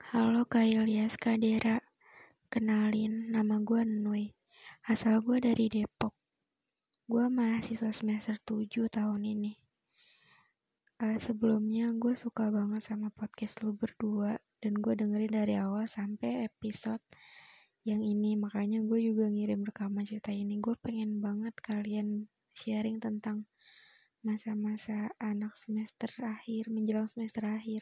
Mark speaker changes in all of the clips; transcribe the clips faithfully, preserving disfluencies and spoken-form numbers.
Speaker 1: Halo Kak Ilyas, Kak Dera. Kenalin, nama gue Nui. Asal gue dari Depok. Gue mahasiswa semester tujuh tahun ini. Uh, sebelumnya gue suka banget sama podcast lu berdua. Dan gue dengerin dari awal sampai episode yang ini. Makanya gue juga ngirim rekaman cerita ini. Gue pengen banget kalian sharing tentang masa-masa anak semester akhir, menjelang semester akhir.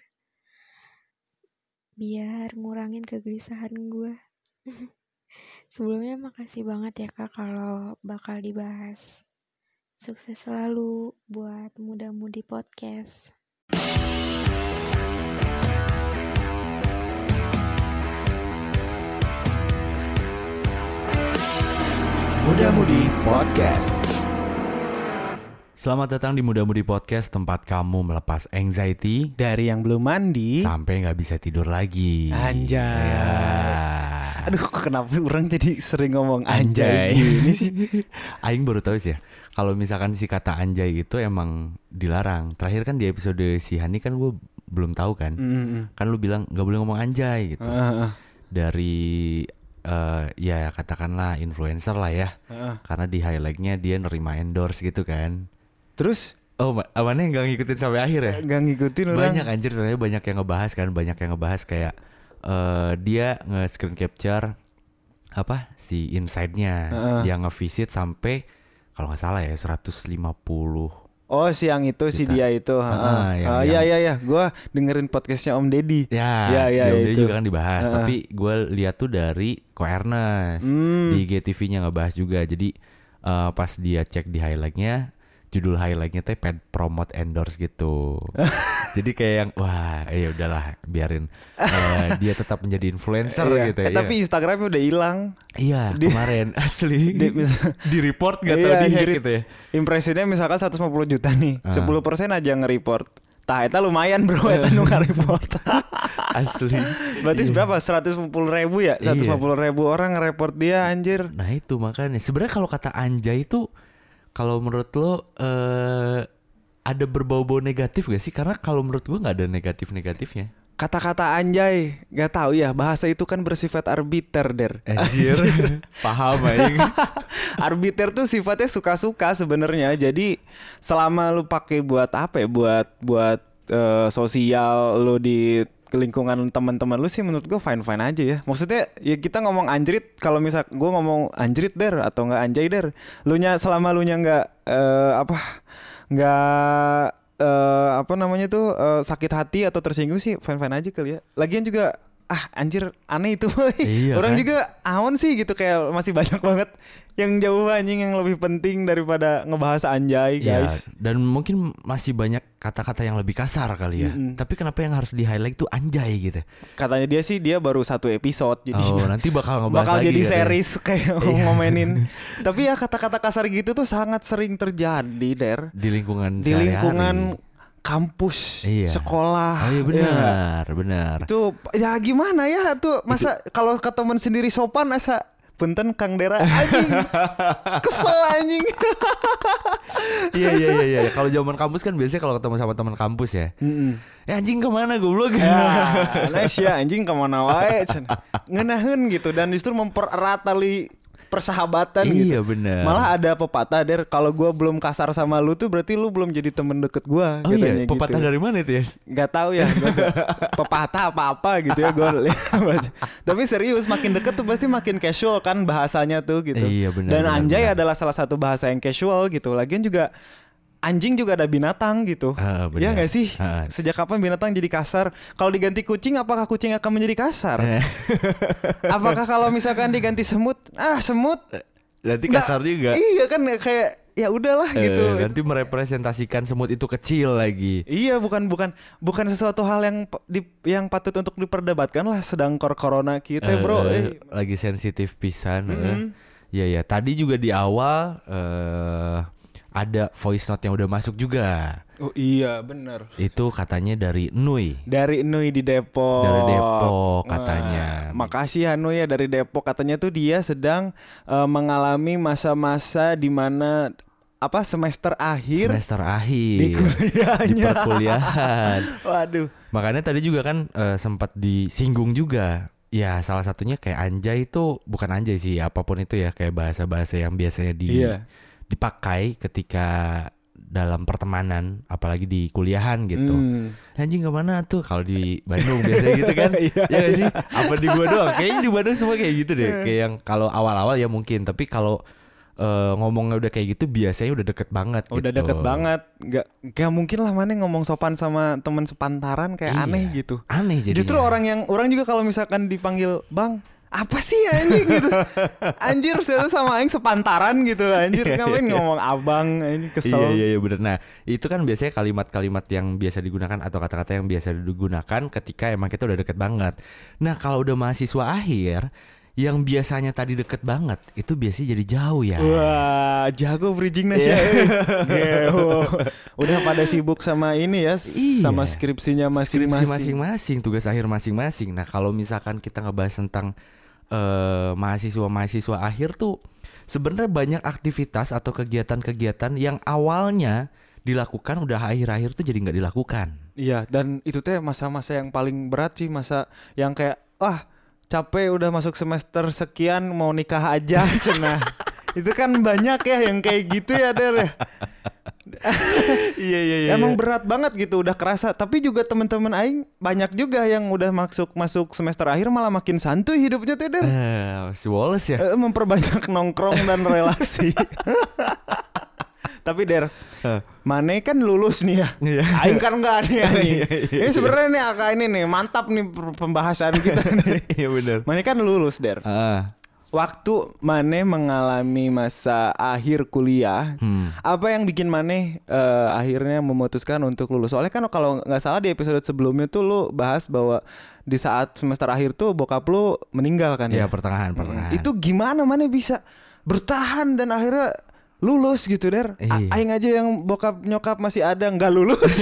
Speaker 1: Biar ngurangin kegelisahan gue. Sebelumnya makasih banget ya Kak kalau bakal dibahas. Sukses selalu buat Muda-Mudi Podcast.
Speaker 2: Muda-Mudi Podcast. Selamat datang di Muda-Mudi Podcast, tempat kamu melepas anxiety
Speaker 3: dari yang belum mandi
Speaker 2: sampai nggak bisa tidur lagi.
Speaker 3: Anjay.
Speaker 2: Ya.
Speaker 3: Aduh, kenapa orang jadi sering ngomong anjay, anjay. Gini sih?
Speaker 2: Aing baru tahu sih ya. Kalau misalkan si kata anjay itu emang dilarang. Terakhir kan di episode si Hani kan gue belum tahu kan. Mm-hmm. Kan lu bilang nggak boleh ngomong anjay gitu. Uh-uh. Dari uh, ya katakanlah influencer lah ya. Uh-uh. Karena di highlightnya dia nerima endorse gitu kan.
Speaker 3: Terus?
Speaker 2: Oh, awalnya nggak ngikutin sampai akhir ya?
Speaker 3: Nggak ngikutin orang.
Speaker 2: Banyak anjir, ternyata banyak yang ngebahas kan, banyak yang ngebahas kayak uh, dia nge-screen capture apa si inside-nya, uh-uh. yang nge-visit sampai kalau nggak salah ya seratus lima puluh.
Speaker 3: Oh, si yang itu, si dia itu.
Speaker 2: Uh-uh, yang,
Speaker 3: uh,
Speaker 2: yang...
Speaker 3: ya ya ya, gue dengerin podcastnya Om Deddy.
Speaker 2: Ya,
Speaker 3: ya, ya,
Speaker 2: Om
Speaker 3: Deddy
Speaker 2: juga kan dibahas. Uh-uh. Tapi gue lihat tuh dari Ko Ernest hmm. di I G T V-nya ngebahas juga. Jadi uh, pas dia cek di highlight-nya, judul highlightnya teh pet promote endorse gitu. Jadi kayak yang wah ya udahlah biarin uh, dia tetap menjadi influencer
Speaker 3: iya.
Speaker 2: gitu
Speaker 3: eh,
Speaker 2: ya.
Speaker 3: Tapi Instagramnya udah hilang.
Speaker 2: Iya di, kemarin asli di, di report gak tau
Speaker 3: iya,
Speaker 2: di hack gitu ya.
Speaker 3: Impresinya misalkan seratus lima puluh juta nih, uh. sepuluh persen aja nge-report. Tah eta lumayan bro, eta nu nge-report.
Speaker 2: Asli.
Speaker 3: Berarti iya. Berapa? seratus lima puluh ribu ya? seratus lima puluh ribu orang nge-report dia anjir.
Speaker 2: Nah itu makanya sebenarnya kalau kata anjay itu kalau menurut lo uh, ada berbau-bau negatif gak sih? Karena kalau menurut gue gak ada negatif-negatifnya.
Speaker 3: Kata-kata anjay, gak tahu ya, bahasa itu kan bersifat arbiter der.
Speaker 2: Anjir, paham aing.
Speaker 3: Arbiter tuh sifatnya suka-suka sebenarnya. Jadi selama lu pakai buat apa ya? Buat buat uh, sosial lu di lingkungan teman-teman lu sih menurut gue fine-fine aja ya. Maksudnya ya kita ngomong anjrit, kalau misal gue ngomong anjrit der atau nggak anjay der, lu nya selama lu nya nggak uh, apa nggak uh, apa namanya tuh uh, sakit hati atau tersinggung sih fine-fine aja kali ya. Lagian juga ah anjir aneh itu. Iya, orang kan? Juga awan sih gitu kayak masih banyak banget yang jauh anjing yang lebih penting daripada ngebahas anjay guys.
Speaker 2: Ya, dan mungkin masih banyak kata-kata yang lebih kasar kali ya. Mm-hmm. Tapi kenapa yang harus di highlight tuh anjay gitu?
Speaker 3: Katanya dia sih dia baru satu episode jadi.
Speaker 2: Oh nanti bakal ngebahas
Speaker 3: bakal
Speaker 2: lagi.
Speaker 3: Bakal jadi series kayak ngomenin. Tapi ya kata-kata kasar gitu tuh sangat sering terjadi der.
Speaker 2: Di lingkungan
Speaker 3: Di
Speaker 2: sehari-hari.
Speaker 3: lingkungan kampus, iya. Sekolah.
Speaker 2: Oh iya benar, ya. benar.
Speaker 3: Itu ya gimana ya tuh masa kalau ke teman sendiri sopan asa punten Kang Dera anjing. Kesel anjing.
Speaker 2: Iya iya iya iya. Kalau zaman kampus kan biasanya kalau ketemu sama teman kampus ya. Mm-hmm. Eh anjing kemana goblok?
Speaker 3: Ya, nice ya anjing kemana wae. Ngenaheun gitu dan justru mempererat tali persahabatan
Speaker 2: iya,
Speaker 3: gitu. Iya
Speaker 2: benar.
Speaker 3: Malah ada pepatah der, kalau gue belum kasar sama lu tuh berarti lu belum jadi temen deket gue.
Speaker 2: Oh iya, pepatah gitu. Dari mana itu ya?
Speaker 3: Gak tahu ya. Pepatah apa-apa gitu ya gue. Tapi serius makin deket tuh pasti makin casual kan bahasanya tuh gitu.
Speaker 2: Iya benar.
Speaker 3: Dan
Speaker 2: benar,
Speaker 3: anjay
Speaker 2: benar.
Speaker 3: adalah salah satu bahasa yang casual gitu. Lagian juga anjing juga ada binatang gitu.
Speaker 2: Uh,
Speaker 3: ya gak sih?
Speaker 2: Uh.
Speaker 3: Sejak kapan binatang jadi kasar? Kalau diganti kucing apakah kucing akan menjadi kasar? Apakah kalau misalkan diganti semut? Ah semut
Speaker 2: nanti kasar nah, juga.
Speaker 3: Iya kan kayak ya udahlah uh, gitu.
Speaker 2: Nanti merepresentasikan semut itu kecil lagi.
Speaker 3: Iya bukan bukan bukan sesuatu hal yang di, yang patut untuk diperdebatkan lah sedang corona kita uh, bro. Eh.
Speaker 2: Lagi sensitif pisan.
Speaker 3: Mm-hmm.
Speaker 2: Ya ya tadi juga di awal uh, ada voice note yang udah masuk juga.
Speaker 3: Oh iya benar.
Speaker 2: Itu katanya dari Nui.
Speaker 3: Dari Nui di Depok.
Speaker 2: Dari Depok katanya.
Speaker 3: Nah, makasih ya Nui ya dari Depok. Katanya tuh dia sedang uh, mengalami masa-masa di mana apa semester akhir
Speaker 2: semester akhir
Speaker 3: di kuliahnya.
Speaker 2: Di perkuliahan.
Speaker 3: Waduh.
Speaker 2: Makanya tadi juga kan uh, sempat disinggung juga. Ya salah satunya kayak anjay itu bukan anjay sih, apapun itu ya, kayak bahasa-bahasa yang biasanya di
Speaker 3: Iya.
Speaker 2: dipakai ketika dalam pertemanan, apalagi di kuliahan gitu.
Speaker 3: Hmm.
Speaker 2: Anjing kemana tuh kalau di Bandung biasanya gitu kan?
Speaker 3: Iya,
Speaker 2: Ya gak
Speaker 3: iya.
Speaker 2: sih? Apa di gua doang? Kayaknya di Bandung semua kayak gitu deh. Kayak yang kalau awal-awal ya mungkin, tapi kalau uh, ngomongnya udah kayak gitu biasanya udah deket banget.
Speaker 3: Udah
Speaker 2: gitu.
Speaker 3: deket banget. Gak, gak mungkin lah mana ngomong sopan sama teman sepantaran kayak
Speaker 2: Iya.
Speaker 3: aneh gitu.
Speaker 2: Aneh jadinya.
Speaker 3: Justru orang yang orang juga kalau misalkan dipanggil bang, apa sih anjing gitu. Anjir saya sama aing sepantaran gitu. Anjir ngapain ngomong abang, ini kesel.
Speaker 2: Iya iya iya bener. Nah itu kan biasanya kalimat-kalimat yang biasa digunakan atau kata-kata yang biasa digunakan ketika emang kita udah deket banget. Nah kalau udah mahasiswa akhir, yang biasanya tadi deket banget itu biasanya jadi jauh ya.
Speaker 3: Wah, jago bridging Nasya. Yeah. Udah pada sibuk sama ini ya,
Speaker 2: Iya.
Speaker 3: sama skripsinya
Speaker 2: Skripsi
Speaker 3: masing-masing.
Speaker 2: masing-masing, tugas akhir masing-masing. Nah kalau misalkan kita ngebahas tentang uh, mahasiswa-mahasiswa akhir tuh sebenarnya banyak aktivitas atau kegiatan-kegiatan yang awalnya dilakukan udah akhir-akhir tuh jadi nggak dilakukan.
Speaker 3: Iya, dan itu teh masa-masa yang paling berat sih, masa yang kayak ah capek udah masuk semester sekian mau nikah aja cenah. Itu kan banyak ya yang kayak gitu ya Der ya.
Speaker 2: Iya iya iya.
Speaker 3: Emang berat banget gitu, udah kerasa. Tapi juga teman-teman aing banyak juga yang udah masuk masuk semester akhir malah makin santuy hidupnya teh Der.
Speaker 2: Eh, si Wallace ya.
Speaker 3: Eh, memperbanyak nongkrong dan relasi. Tapi Der,
Speaker 2: Huh.
Speaker 3: Mane kan lulus nih ya.
Speaker 2: Iya.
Speaker 3: Aing kan enggak nih anjing.
Speaker 2: Iya, iya,
Speaker 3: Ini sebenarnya nih agak ini nih mantap nih pembahasan kita nih.
Speaker 2: Iya benar.
Speaker 3: Mane kan lulus Der.
Speaker 2: Ah.
Speaker 3: Waktu Mane mengalami masa akhir kuliah,
Speaker 2: Hmm.
Speaker 3: apa yang bikin Mane uh, akhirnya memutuskan untuk lulus? Soalnya kan kalau nggak salah di episode sebelumnya tuh lu bahas bahwa di saat semester akhir tuh bokap lu meninggal kan
Speaker 2: Ya
Speaker 3: ya?
Speaker 2: pertengahan pertengahan.
Speaker 3: Itu gimana Mane bisa bertahan dan akhirnya lulus gitu Der? A-
Speaker 2: Iya.
Speaker 3: Aing aja yang bokap nyokap masih ada nggak lulus.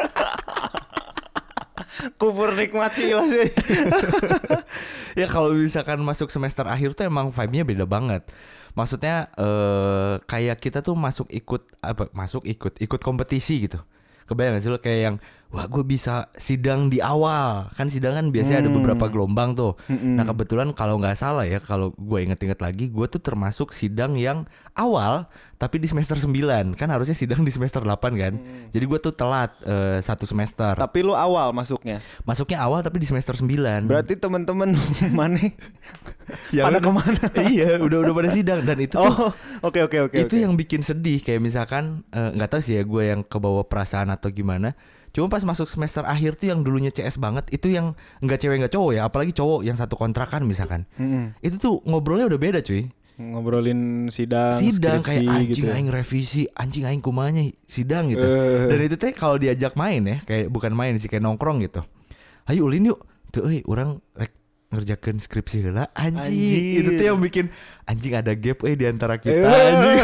Speaker 3: Kubur nikmat sih lah sih.
Speaker 2: Ya kalau misalkan masuk semester akhir tuh emang vibe-nya beda banget. Maksudnya eh, kayak kita tuh masuk ikut apa masuk ikut ikut kompetisi gitu. Kebayang gak sih lo kayak yang wah gue bisa sidang di awal. Kan sidang kan biasanya ada
Speaker 3: Hmm.
Speaker 2: beberapa gelombang tuh.
Speaker 3: Mm-mm.
Speaker 2: Nah kebetulan kalau nggak salah ya, kalau gue inget-inget lagi, gue tuh termasuk sidang yang awal tapi di semester sembilan. Kan harusnya sidang di semester delapan kan. Jadi gue tuh telat eh, satu semester.
Speaker 3: Tapi lu awal masuknya.
Speaker 2: Masuknya awal tapi di semester sembilan.
Speaker 3: Berarti temen-temen Mane
Speaker 2: Ya
Speaker 3: pada
Speaker 2: udah.
Speaker 3: kemana?
Speaker 2: Iya udah udah pada sidang. Dan itu tuh
Speaker 3: Oh, oke oke oke.
Speaker 2: itu
Speaker 3: oke.
Speaker 2: yang bikin sedih. Kayak misalkan eh, nggak tahu sih ya gue yang kebawa perasaan atau gimana. Cuma pas masuk semester akhir tuh yang dulunya C S banget, itu yang nggak cewek nggak cowok ya, apalagi cowok yang satu kontrakan misalkan.
Speaker 3: Mm-mm.
Speaker 2: Itu tuh ngobrolnya udah beda cuy.
Speaker 3: Ngobrolin sidang,
Speaker 2: Sidang
Speaker 3: skripsi
Speaker 2: kayak anjing
Speaker 3: gitu.
Speaker 2: aing revisi, anjing aing kumanya sidang gitu.
Speaker 3: Eh.
Speaker 2: Dan itu teh kalau diajak main ya, kayak bukan main sih, kayak nongkrong gitu. Ayo ulin yuk. Tuh euy urang rek ngerjakeun skripsi heula anjing.
Speaker 3: Anjing.
Speaker 2: Itu tuh yang bikin anjing ada gap euy di antara kita
Speaker 3: Eh.
Speaker 2: anjing.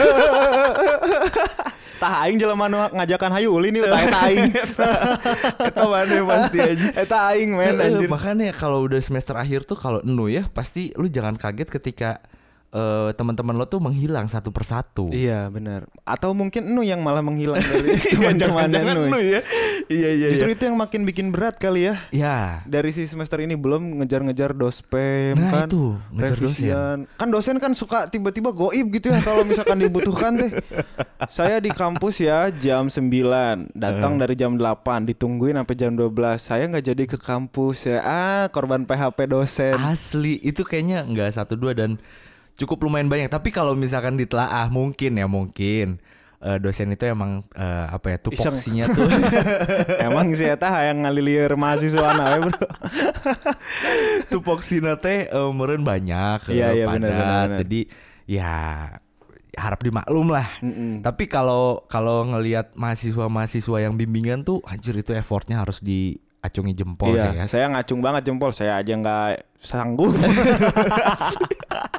Speaker 3: Tah aing jelema nu ngajakan hayu ulin yuk tah eta aing.
Speaker 2: Eta mana pasti anjing.
Speaker 3: Eta aing men
Speaker 2: Eh,
Speaker 3: anjir.
Speaker 2: Makanya kalau udah semester akhir tuh kalau enu ya pasti lu jangan kaget ketika eh, teman-teman lo tuh menghilang satu persatu.
Speaker 3: Iya benar. Atau mungkin nu yang malah menghilang dari teman-teman
Speaker 2: Jangan-jangan
Speaker 3: nu.
Speaker 2: lu ya. Iya iya
Speaker 3: Justru
Speaker 2: iya.
Speaker 3: itu yang makin bikin berat kali ya.
Speaker 2: Ya.
Speaker 3: Dari si semester ini belum ngejar-ngejar dospem
Speaker 2: Nah
Speaker 3: kan.
Speaker 2: itu ngejar dosen.
Speaker 3: Revisian. Kan dosen kan suka tiba-tiba goib gitu ya kalau misalkan dibutuhkan deh. Saya di kampus ya jam sembilan, datang dari jam delapan, ditungguin sampai jam dua belas. Saya nggak jadi ke kampus ya. Ah, korban P H P dosen.
Speaker 2: Asli itu kayaknya nggak satu dua dan cukup lumayan banyak. Tapi kalau misalkan ditelaah mungkin ya mungkin eh, dosen itu emang eh, apa ya tupoksinya tuh.
Speaker 3: Emang sih eta hayang ngalilir mahasiswa na we, Bro.
Speaker 2: Tupoksina teh eh, meureun banyak.
Speaker 3: Iya,
Speaker 2: eh,
Speaker 3: iya,
Speaker 2: padat.
Speaker 3: benar, benar, benar.
Speaker 2: Jadi ya harap dimaklum lah.
Speaker 3: Mm-mm.
Speaker 2: Tapi kalau kalau ngelihat mahasiswa-mahasiswa yang bimbingan tuh anjir itu effortnya harus diacungi jempol
Speaker 3: Iya,
Speaker 2: sih ya.
Speaker 3: saya ngacung banget jempol. Saya aja nggak sanggup.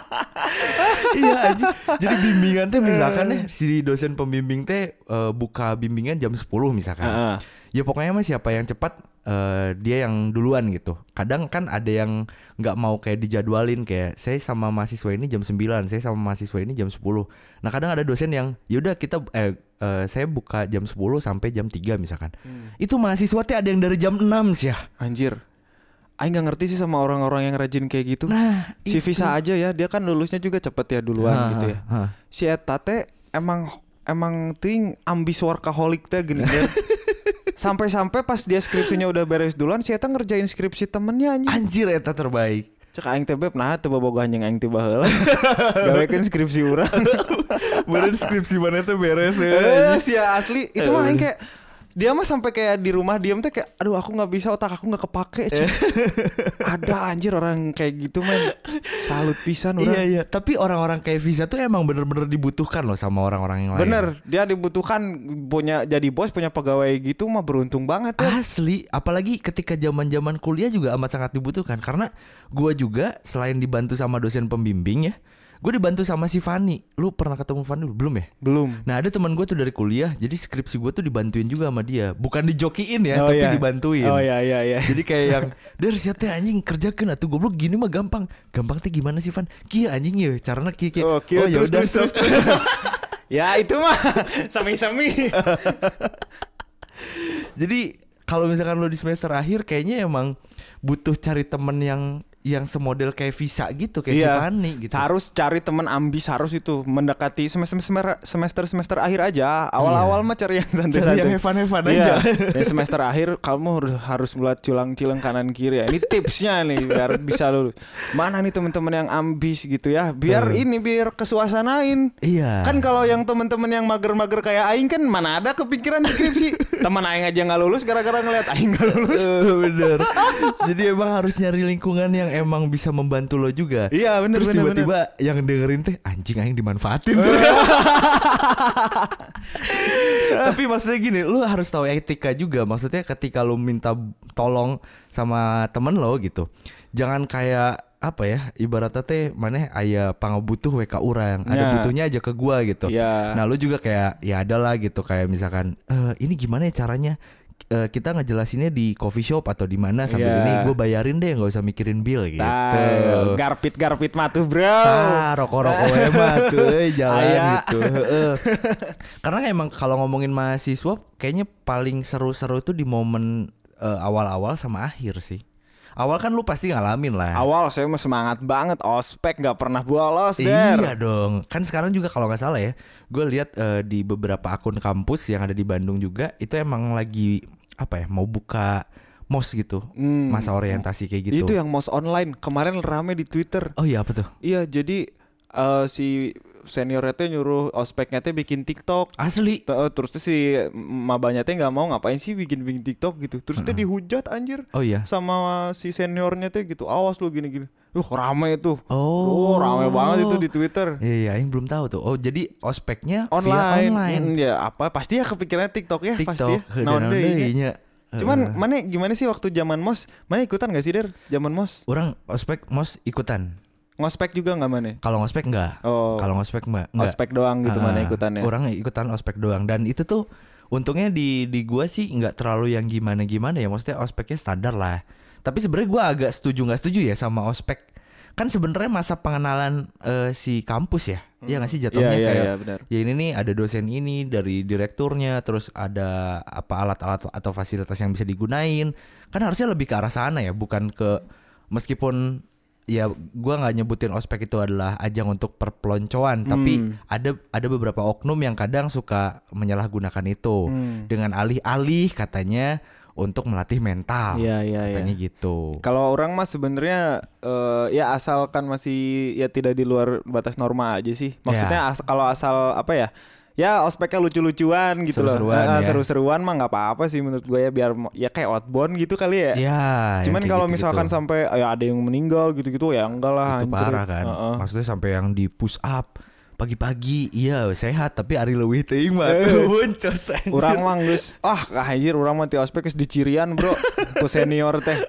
Speaker 2: Iya aja. Jadi bimbingan teh misalkan nih si dosen pembimbing teh uh, buka bimbingan jam sepuluh misalkan. Uh-uh. Ya pokoknya mah siapa yang cepat uh, dia yang duluan gitu. Kadang kan ada yang nggak mau kayak dijadwalin kayak saya sama mahasiswa ini jam sembilan, saya sama mahasiswa ini jam sepuluh. Nah kadang ada dosen yang yaudah kita eh uh, saya buka jam sepuluh sampai jam tiga misalkan. Hmm. Itu mahasiswa teh ada yang dari jam enam sih ya.
Speaker 3: Anjir. Aing gak ngerti sih sama orang-orang yang rajin kayak gitu.
Speaker 2: Nah,
Speaker 3: si itu. Visa aja ya, dia kan lulusnya juga cepet ya duluan ha, gitu ya. Ha. Si eta teh emang emang ting ambis workaholic teh gini kan. Sampai-sampai pas dia skripsinya udah beres duluan, si eta ngerjain skripsi temennya anjing.
Speaker 2: Anjir eta terbaik.
Speaker 3: Cek aing teh beb nah teu bobogoh anjing aing teh baheula. Gawekeun skripsi urang.
Speaker 2: Bener skripsi mana teh beres
Speaker 3: ya. Eh, sia asli. Itu mah aing kayak dia mah sampai kayak di rumah diem tuh kayak aduh aku nggak bisa, otak aku nggak kepake. Ada anjir orang kayak gitu men, salut pisan orang.
Speaker 2: Iya iya, tapi orang-orang kayak Visa tuh emang bener-bener dibutuhkan loh sama orang-orang yang lain.
Speaker 3: Bener, dia dibutuhkan, punya jadi bos, punya pegawai gitu mah beruntung banget ya.
Speaker 2: Asli, apalagi ketika zaman-zaman kuliah juga amat sangat dibutuhkan. Karena gue juga selain dibantu sama dosen pembimbing ya, gue dibantu sama si Fanny. Lu pernah ketemu Fanny belum ya?
Speaker 3: Belum.
Speaker 2: Nah ada teman gue tuh dari kuliah, jadi skripsi gue tuh dibantuin juga sama dia. Bukan dijokiin ya,
Speaker 3: oh,
Speaker 2: tapi
Speaker 3: iya.
Speaker 2: dibantuin.
Speaker 3: Oh iya iya iya.
Speaker 2: Jadi kayak yang dari siapa anjing kerjakan atuh goblok gini mah gampang. Gampang teh gimana sih Van? Kia anjing ya, caranya kia kia.
Speaker 3: Oh, kia, oh ya udah terus, terus, terus. Ya itu mah sami-sami.
Speaker 2: Jadi kalau misalkan lo di semester akhir kayaknya emang butuh cari temen yang yang semodel kayak Visa gitu, kayak
Speaker 3: iya,
Speaker 2: si Fanny gitu.
Speaker 3: Harus cari teman ambis, harus itu mendekati semester semester semester semester akhir aja. Awal-awal iya. mah cari yang santai-santai.
Speaker 2: Cari yang hevan-hevan
Speaker 3: iya.
Speaker 2: aja.
Speaker 3: Dan semester akhir kamu harus harus melihat cilang-cilang kanan kiri ya. Ini tipsnya nih biar bisa lulus. Mana nih teman-teman yang ambis gitu ya? Biar hmm. ini biar kesuasanain.
Speaker 2: Iya.
Speaker 3: Kan kalau yang teman-teman yang mager-mager kayak aing kan mana ada kepikiran skripsi. Teman aing aja enggak lulus gara-gara ngeliat aing enggak lulus.
Speaker 2: Uh, bener. Jadi emang harus nyari lingkungan yang emang bisa membantu lo juga.
Speaker 3: Iya bener.
Speaker 2: Terus
Speaker 3: bener,
Speaker 2: tiba-tiba
Speaker 3: bener.
Speaker 2: yang dengerin teh anjing aing dimanfaatin. Tapi maksudnya gini, lo harus tahu etika juga. Maksudnya ketika lo minta tolong sama temen lo gitu, jangan kayak apa ya, ibaratnya teh maneh aya pangabutuh we ka urang, ada
Speaker 3: ya.
Speaker 2: butuhnya aja ke gua gitu.
Speaker 3: Ya.
Speaker 2: Nah lo juga kayak ya adalah gitu, kayak misalkan e, ini gimana ya caranya, Uh, kita ngejelasinnya di coffee shop atau di mana sambil yeah. ini gue bayarin deh, nggak usah mikirin bill gitu.
Speaker 3: Nah, garpit garpit matuh bro.
Speaker 2: Ah rokok rokok mah tuh jalan gitu. Karena emang kalau ngomongin mahasiswa kayaknya paling seru-seru itu di momen uh, awal-awal sama akhir sih. Awal kan lu pasti ngalamin lah.
Speaker 3: Awal saya mah semangat banget, ospek nggak pernah bolos deh.
Speaker 2: Iya dong. Kan sekarang juga kalau nggak salah ya, gue lihat uh, di beberapa akun kampus yang ada di Bandung juga itu emang lagi apa ya, mau buka M O S gitu, hmm. masa orientasi kayak gitu.
Speaker 3: Itu yang M O S online kemarin rame di Twitter.
Speaker 2: Oh iya apa tuh?
Speaker 3: Iya jadi uh, si seniornya tuh nyuruh ospeknya tuh bikin TikTok.
Speaker 2: Asli.
Speaker 3: Terus tuh si mabanya tuh nggak mau, ngapain sih bikin bikin TikTok gitu. Terus tuh dihujat anjir.
Speaker 2: Oh iya.
Speaker 3: Sama si seniornya tuh gitu. Awas lu gini-gini. Uh rame tuh.
Speaker 2: Oh.
Speaker 3: oh rame banget itu di Twitter.
Speaker 2: Iya iya, ini belum tahu tuh. Oh jadi ospeknya
Speaker 3: online.
Speaker 2: Via online.
Speaker 3: Hmm, ya apa? Pasti ya kepikirannya TikTok ya.
Speaker 2: TikTok.
Speaker 3: Pasti ya.
Speaker 2: Nah deh.
Speaker 3: Cuman uh. mana gimana sih waktu zaman M O S? Mana ikutan gak sih Der? Zaman M O S?
Speaker 2: Orang ospek M O S ikutan.
Speaker 3: Ngospek juga gak mana?
Speaker 2: Kalau ngospek enggak.
Speaker 3: Oh.
Speaker 2: Kalau ngospek enggak.
Speaker 3: Ospek doang gitu uh, mana ikutannya.
Speaker 2: Orang ikutan ospek doang. Dan itu tuh untungnya di di gua sih enggak terlalu yang gimana-gimana ya. Maksudnya ospeknya standar lah. Tapi sebenarnya gua agak setuju enggak setuju ya sama ospek. Kan sebenarnya masa pengenalan uh, si kampus ya. Iya hmm. nggak sih jatuhnya
Speaker 3: yeah,
Speaker 2: kayak
Speaker 3: yeah, yeah,
Speaker 2: ya ini nih ada dosen ini dari direkturnya, terus ada apa alat-alat atau fasilitas yang bisa digunain. Kan harusnya lebih ke arah sana ya, bukan ke meskipun ya gue nggak nyebutin ospek itu adalah ajang untuk perpeloncoan, hmm. tapi ada ada beberapa oknum yang kadang suka menyalahgunakan itu hmm. dengan alih-alih katanya untuk melatih mental,
Speaker 3: ya, ya,
Speaker 2: katanya
Speaker 3: ya.
Speaker 2: gitu.
Speaker 3: Kalau orang mah sebenarnya uh, ya asalkan masih ya tidak di luar batas norma aja sih. Maksudnya ya. as- kalau asal apa ya, ya ospeknya lucu-lucuan gitu
Speaker 2: seru-seruan,
Speaker 3: loh. Nah,
Speaker 2: ya.
Speaker 3: Seru-seruan mah nggak apa-apa sih menurut gue ya, biar ya kayak outbound gitu kali ya.
Speaker 2: Ya.
Speaker 3: Cuman kalau
Speaker 2: gitu-gitu.
Speaker 3: misalkan sampai ya ada yang meninggal gitu-gitu ya enggak lah.
Speaker 2: Itu
Speaker 3: anjir.
Speaker 2: parah kan.
Speaker 3: Uh-uh.
Speaker 2: Maksudnya sampai yang di push up. pagi-pagi iya sehat tapi ari leuwih teuing mah boncos.
Speaker 3: Urang mah geus ah anjir urang mah ti ospek geus dicirian bro ku senior teh.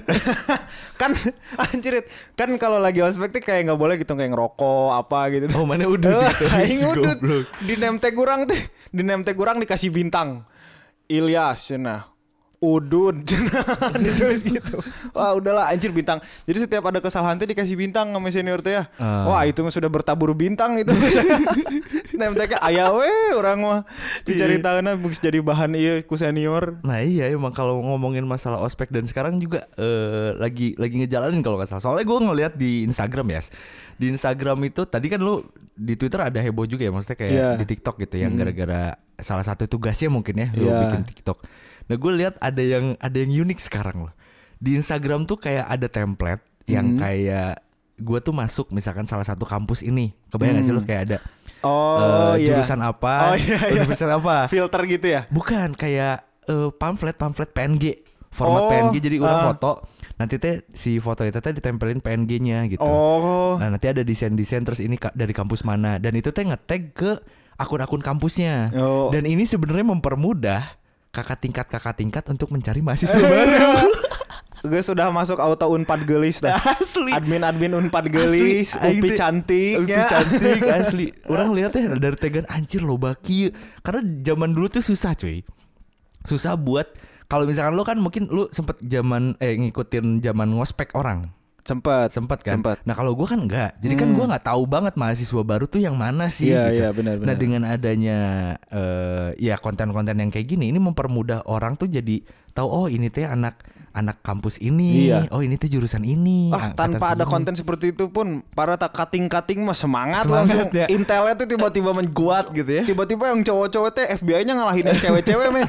Speaker 3: Kan anjir kan kalau lagi ospek teh kayak enggak boleh gitu kayak ngerokok apa gitu.
Speaker 2: Oh mana udut gitu.
Speaker 3: Aing udut. Di name tag urang teh di name tag urang dikasih bintang. Ilyas cenah. Udun ditulis gitu. Wah udahlah anjir bintang. Jadi setiap ada kesalahan tuh dikasih bintang sama senior teh ya. Uh. Wah itu sudah bertabur bintang itu. Name tag aya we orang mah dicaritakeuna bisa jadi bahan ieu ku senior.
Speaker 2: Nah iya emang kalau ngomongin masalah ospek dan sekarang juga uh, lagi lagi ngejalanin kalau enggak salah. Soalnya gue ngeliat di Instagram ya. Di Instagram itu tadi kan lu di Twitter ada heboh juga ya maksudnya kayak yeah. di TikTok gitu yang hmm. gara-gara salah satu tugasnya mungkin ya lu yeah. bikin TikTok. Nah gue lihat ada yang ada yang unik sekarang loh. Di Instagram tuh kayak ada template yang hmm. kayak gue tuh masuk misalkan salah satu kampus ini. Kebayang hmm. gak sih lo kayak ada
Speaker 3: oh,
Speaker 2: uh,
Speaker 3: iya.
Speaker 2: jurusan apa,
Speaker 3: oh, iya, iya.
Speaker 2: universitas apa.
Speaker 3: Filter gitu ya?
Speaker 2: Bukan kayak uh, pamflet pamflet P N G. Format
Speaker 3: oh,
Speaker 2: P N G jadi orang uh. foto. Nanti teh si foto itu teh ditempelin P N G-nya gitu.
Speaker 3: Oh.
Speaker 2: Nah nanti ada desain-desain terus ini dari kampus mana. Dan itu teh nge-tag ke akun-akun kampusnya. Oh. Dan ini sebenarnya mempermudah kakak tingkat kakak tingkat untuk mencari mahasiswa baru.
Speaker 3: Gue sudah masuk auto Unpad gelis dah.
Speaker 2: Asli.
Speaker 3: Admin-admin Unpad gelis, U P I cantik,
Speaker 2: U P I ya. cantik asli. Orang lihatnya dari tegan anjir lo baki. Karena zaman dulu tuh susah cuy. Susah buat kalau misalkan lo kan mungkin lo sempet zaman eh ngikutin zaman ngospek orang.
Speaker 3: Sempet
Speaker 2: Sempet kan
Speaker 3: sempet.
Speaker 2: Nah kalau gue kan enggak. Jadi hmm. kan gue gak tahu banget mahasiswa baru tuh yang mana sih
Speaker 3: yeah,
Speaker 2: gitu
Speaker 3: yeah, benar, benar.
Speaker 2: Nah dengan adanya uh, ya konten-konten yang kayak gini, ini mempermudah orang tuh jadi tahu oh ini teh anak anak kampus ini, iya. oh ini teh jurusan ini.
Speaker 3: Ah, tanpa ada konten seperti itu pun para tak cutting-cutting mah semangat,
Speaker 2: semangat
Speaker 3: langsung
Speaker 2: ya.
Speaker 3: Intelnya tuh tiba-tiba menguat gitu ya. Tiba-tiba yang cowok-cowok teh F B I-nya ngalahin yang cewek-cewek men.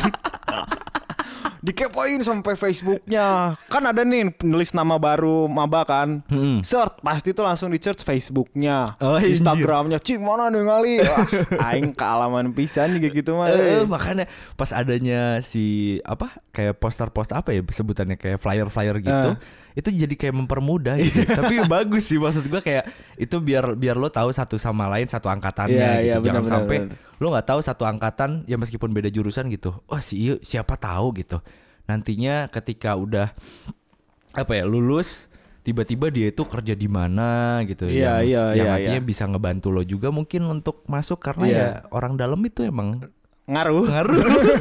Speaker 3: Dikepoin sampai Facebooknya. Kan ada nih penulis nama baru maba kan, hmm. search pasti tuh langsung di search Facebooknya, oh, Instagramnya, cing mana nih ngali. Wah, aing kealaman pisan kayak gitu mah.
Speaker 2: Uh, makanya pas adanya si apa kayak poster-poster apa ya sebutannya kayak flyer-flyer gitu, uh. itu jadi kayak mempermudah gitu. Tapi bagus sih maksud gua kayak itu biar biar lo tahu satu sama lain satu angkatannya yeah, gitu. Yeah, jangan bener, sampai bener. Lo nggak tahu satu angkatan ya meskipun beda jurusan gitu. Wah si siapa tahu gitu. Nantinya ketika udah apa ya lulus tiba-tiba dia itu kerja di mana gitu
Speaker 3: yeah,
Speaker 2: yang,
Speaker 3: yeah,
Speaker 2: yang
Speaker 3: yeah,
Speaker 2: artinya
Speaker 3: yeah.
Speaker 2: bisa ngebantu lo juga mungkin untuk masuk karena yeah. ya orang dalam itu emang
Speaker 3: ngaruh
Speaker 2: ngaruh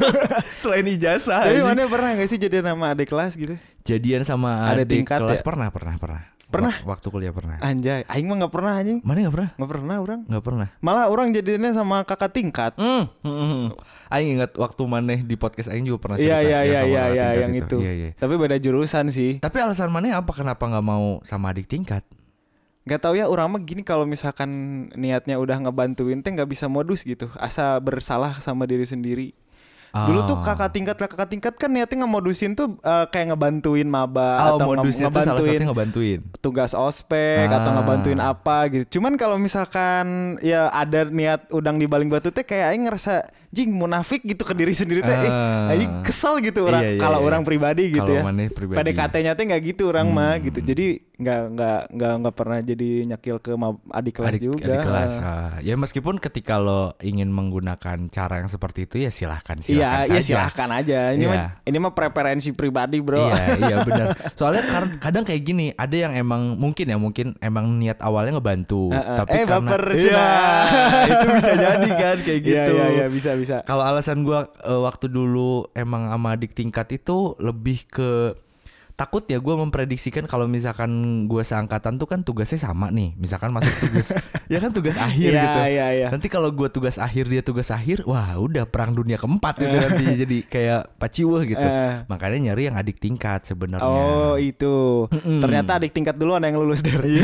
Speaker 2: selain ijazah.
Speaker 3: Tapi mana pernah nggak sih jadian sama adik kelas gitu?
Speaker 2: Jadian sama adik, adik kelas
Speaker 3: ya?
Speaker 2: pernah pernah pernah.
Speaker 3: Pernah?
Speaker 2: Waktu kuliah pernah.
Speaker 3: Anjay, aing mah gak pernah anjing.
Speaker 2: Mana gak pernah?
Speaker 3: Gak pernah orang.
Speaker 2: Gak pernah.
Speaker 3: Malah orang jadinya sama kakak tingkat.
Speaker 2: Hmm. hmm. Aing ingat waktu maneh di podcast aing juga pernah cerita.
Speaker 3: Iya iya
Speaker 2: ya,
Speaker 3: iya iya yang itu. itu.
Speaker 2: Iya, iya.
Speaker 3: Tapi beda jurusan sih.
Speaker 2: Tapi alasan maneh apa kenapa gak mau sama adik tingkat?
Speaker 3: Gak tahu ya orang mah gini kalau misalkan niatnya udah ngebantuin teh gak bisa modus gitu. Asa bersalah sama diri sendiri. Oh. Dulu tuh kakak tingkat kakak tingkat kan niatnya ngemodusin tuh uh, kayak ngebantuin maba
Speaker 2: oh,
Speaker 3: atau
Speaker 2: modusnya
Speaker 3: ngebantuin
Speaker 2: salah satunya ngebantuin
Speaker 3: tugas ospek ah. atau ngebantuin apa gitu. Cuman kalau misalkan ya ada niat udang di baling batu teh kayak aing ngerasa jing munafik gitu ke diri sendiri teh. Uh. Eh, aing kesel gitu orang iya, iya, kalau iya. orang pribadi gitu kalo ya. P D K T-nya teh nggak gitu orang hmm. mah gitu. Jadi nggak nggak nggak nggak pernah jadi nyakil ke adik kelas
Speaker 2: adik,
Speaker 3: juga.
Speaker 2: Adik kelas. Ah. Ya meskipun ketika lo ingin menggunakan cara yang seperti itu ya silahkan silahkan.
Speaker 3: Iya, iya silahkan aja. Ini yeah. mah ini mah preferensi pribadi, bro.
Speaker 2: Iya, iya benar. Soalnya kadang kayak gini, ada yang emang mungkin ya mungkin emang niat awalnya ngebantu, uh, uh. tapi
Speaker 3: eh,
Speaker 2: karena
Speaker 3: baper,
Speaker 2: iya, itu bisa jadi kan kayak gitu.
Speaker 3: Iya, iya, iya, bisa bisa.
Speaker 2: Kalau alasan gua uh, waktu dulu emang sama adik tingkat itu lebih ke takut ya gue memprediksikan kalau misalkan gue seangkatan tuh kan tugasnya sama nih, misalkan masuk tugas ya kan tugas akhir
Speaker 3: yeah,
Speaker 2: gitu
Speaker 3: yeah, yeah.
Speaker 2: nanti kalau gue tugas akhir dia tugas akhir wah udah perang dunia keempat gitu nanti jadi kayak paciweh gitu uh. makanya nyari yang adik tingkat sebenarnya.
Speaker 3: Oh itu mm-mm. Ternyata adik tingkat dulu ada yang lulus dari